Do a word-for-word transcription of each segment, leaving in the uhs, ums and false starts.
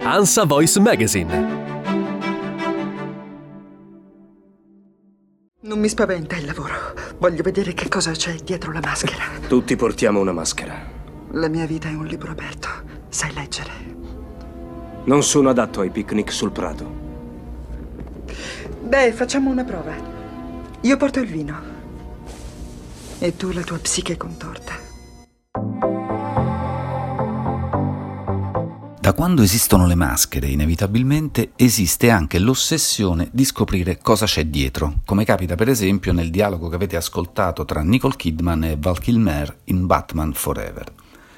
ANSA Voice Magazine. Non mi spaventa il lavoro. Voglio vedere che cosa c'è dietro la maschera. Tutti portiamo una maschera. La mia vita è un libro aperto. Sai leggere? Non sono adatto ai picnic sul prato. Beh, facciamo una prova. Io porto il vino. E tu la tua psiche contorta. Da quando esistono le maschere, inevitabilmente esiste anche l'ossessione di scoprire cosa c'è dietro, come capita per esempio nel dialogo che avete ascoltato tra Nicole Kidman e Val Kilmer in Batman Forever.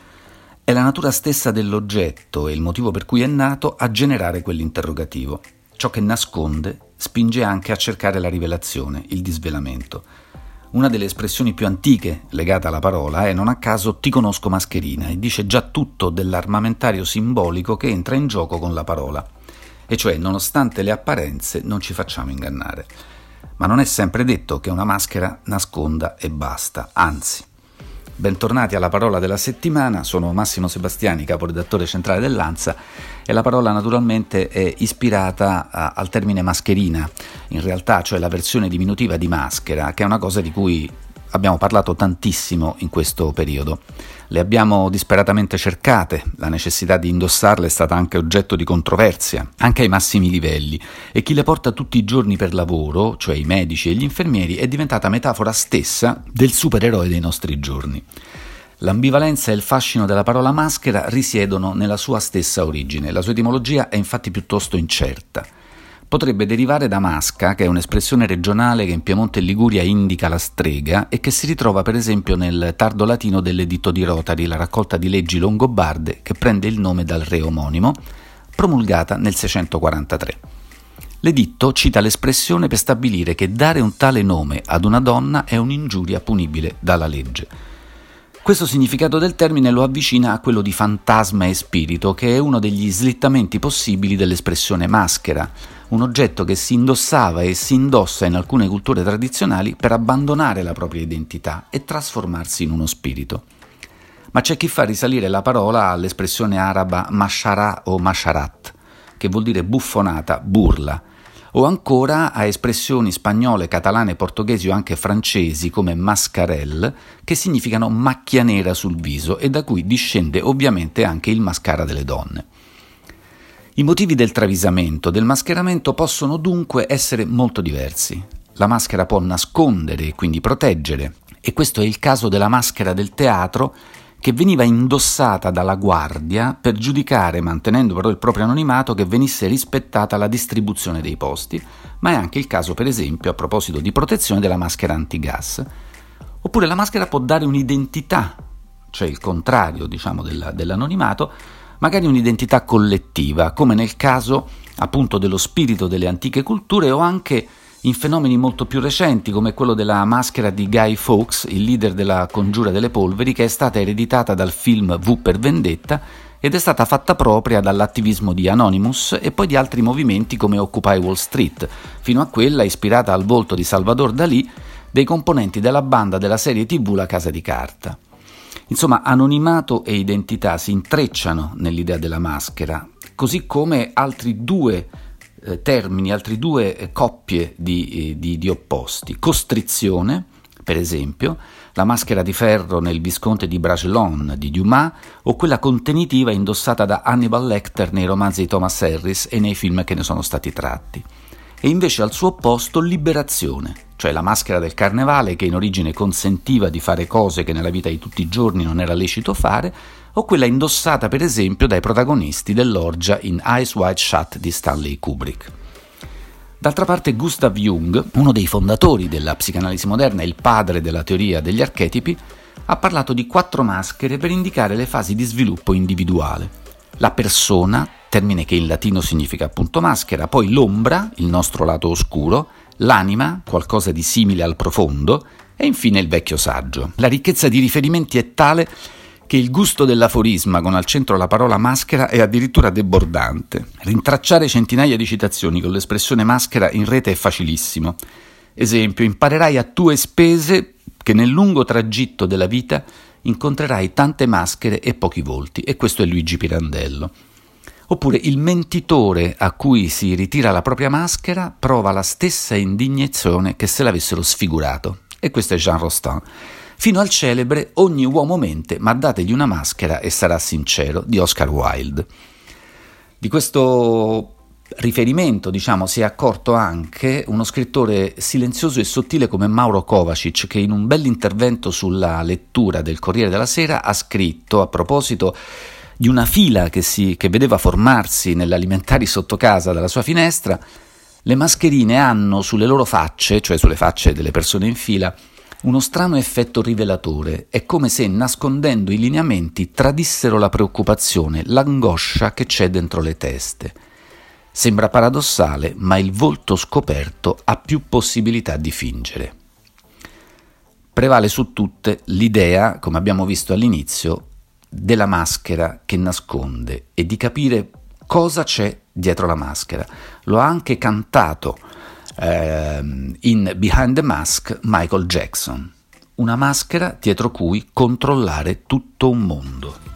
È la natura stessa dell'oggetto e il motivo per cui è nato a generare quell'interrogativo. Ciò che nasconde spinge anche a cercare la rivelazione, il disvelamento. Una delle espressioni più antiche legata alla parola è non a caso "ti conosco mascherina" e dice già tutto dell'armamentario simbolico che entra in gioco con la parola. E cioè, nonostante le apparenze, non ci facciamo ingannare. Ma non è sempre detto che una maschera nasconda e basta, anzi. Bentornati alla parola della settimana, sono Massimo Sebastiani, caporedattore centrale dell'ANSA, e la parola naturalmente è ispirata a, al termine mascherina, in realtà, cioè la versione diminutiva di maschera, che è una cosa di cui abbiamo parlato tantissimo in questo periodo. Le abbiamo disperatamente cercate, la necessità di indossarle è stata anche oggetto di controversia, anche ai massimi livelli, e chi le porta tutti i giorni per lavoro, cioè i medici e gli infermieri, è diventata metafora stessa del supereroe dei nostri giorni. L'ambivalenza e il fascino della parola maschera risiedono nella sua stessa origine, la sua etimologia è infatti piuttosto incerta. Potrebbe derivare da masca, che è un'espressione regionale che in Piemonte e Liguria indica la strega e che si ritrova per esempio nel tardo latino dell'Editto di Rotari, la raccolta di leggi longobarde che prende il nome dal re omonimo, promulgata nel seicentoquarantatré. L'editto cita l'espressione per stabilire che dare un tale nome ad una donna è un'ingiuria punibile dalla legge. Questo significato del termine lo avvicina a quello di fantasma e spirito, che è uno degli slittamenti possibili dell'espressione maschera, un oggetto che si indossava e si indossa in alcune culture tradizionali per abbandonare la propria identità e trasformarsi in uno spirito. Ma c'è chi fa risalire la parola all'espressione araba mashara o masharat, che vuol dire buffonata, burla, o ancora a espressioni spagnole, catalane, portoghesi o anche francesi come mascarelle, che significano macchia nera sul viso e da cui discende ovviamente anche il mascara delle donne. I motivi del travisamento, del mascheramento possono dunque essere molto diversi. La maschera può nascondere e quindi proteggere, e questo è il caso della maschera del teatro che veniva indossata dalla guardia per giudicare, mantenendo però il proprio anonimato, che venisse rispettata la distribuzione dei posti, ma è anche il caso, per esempio, a proposito di protezione, della maschera antigas. Oppure la maschera può dare un'identità, cioè il contrario, diciamo, della, dell'anonimato, magari un'identità collettiva, come nel caso appunto dello spirito delle antiche culture o anche in fenomeni molto più recenti come quello della maschera di Guy Fawkes, il leader della Congiura delle Polveri, che è stata ereditata dal film V per Vendetta ed è stata fatta propria dall'attivismo di Anonymous e poi di altri movimenti come Occupy Wall Street, fino a quella ispirata al volto di Salvador Dalì dei componenti della banda della serie tivù La Casa di Carta. Insomma, anonimato e identità si intrecciano nell'idea della maschera, così come altri due eh, termini, altri due eh, coppie di, eh, di, di opposti. Costrizione, per esempio, la maschera di ferro nel Visconte di Bragelonne di Dumas, o quella contenitiva indossata da Hannibal Lecter nei romanzi di Thomas Harris e nei film che ne sono stati tratti. E invece al suo opposto liberazione, cioè la maschera del carnevale che in origine consentiva di fare cose che nella vita di tutti i giorni non era lecito fare, o quella indossata per esempio dai protagonisti dell'orgia in Eyes Wide Shut di Stanley Kubrick. D'altra parte Gustav Jung, uno dei fondatori della psicanalisi moderna e il padre della teoria degli archetipi, ha parlato di quattro maschere per indicare le fasi di sviluppo individuale. La persona, termine che in latino significa appunto maschera, poi l'ombra, il nostro lato oscuro, l'anima, qualcosa di simile al profondo, e infine il vecchio saggio. La ricchezza di riferimenti è tale che il gusto dell'aforisma, con al centro la parola maschera, è addirittura debordante. Rintracciare centinaia di citazioni con l'espressione maschera in rete è facilissimo. Esempio, imparerai a tue spese che nel lungo tragitto della vita incontrerai tante maschere e pochi volti, e questo è Luigi Pirandello. Oppure il mentitore a cui si ritira la propria maschera prova la stessa indignazione che se l'avessero sfigurato. E questo è Jean Rostand. Fino al celebre ogni uomo mente, ma dategli una maschera e sarà sincero, di Oscar Wilde. Di questo riferimento, diciamo, si è accorto anche uno scrittore silenzioso e sottile come Mauro Kovacic, che in un bell'intervento sulla lettura del Corriere della Sera ha scritto, a proposito di una fila che, si, che vedeva formarsi nell'alimentari sotto casa dalla sua finestra: le mascherine hanno sulle loro facce, cioè sulle facce delle persone in fila, uno strano effetto rivelatore. È come se, nascondendo i lineamenti, tradissero la preoccupazione, l'angoscia che c'è dentro le teste. Sembra paradossale, ma il volto scoperto ha più possibilità di fingere. Prevale su tutte l'idea, come abbiamo visto all'inizio, della maschera che nasconde e di capire cosa c'è dietro la maschera. Lo ha anche cantato eh, in Behind the Mask Michael Jackson. Una maschera dietro cui controllare tutto un mondo.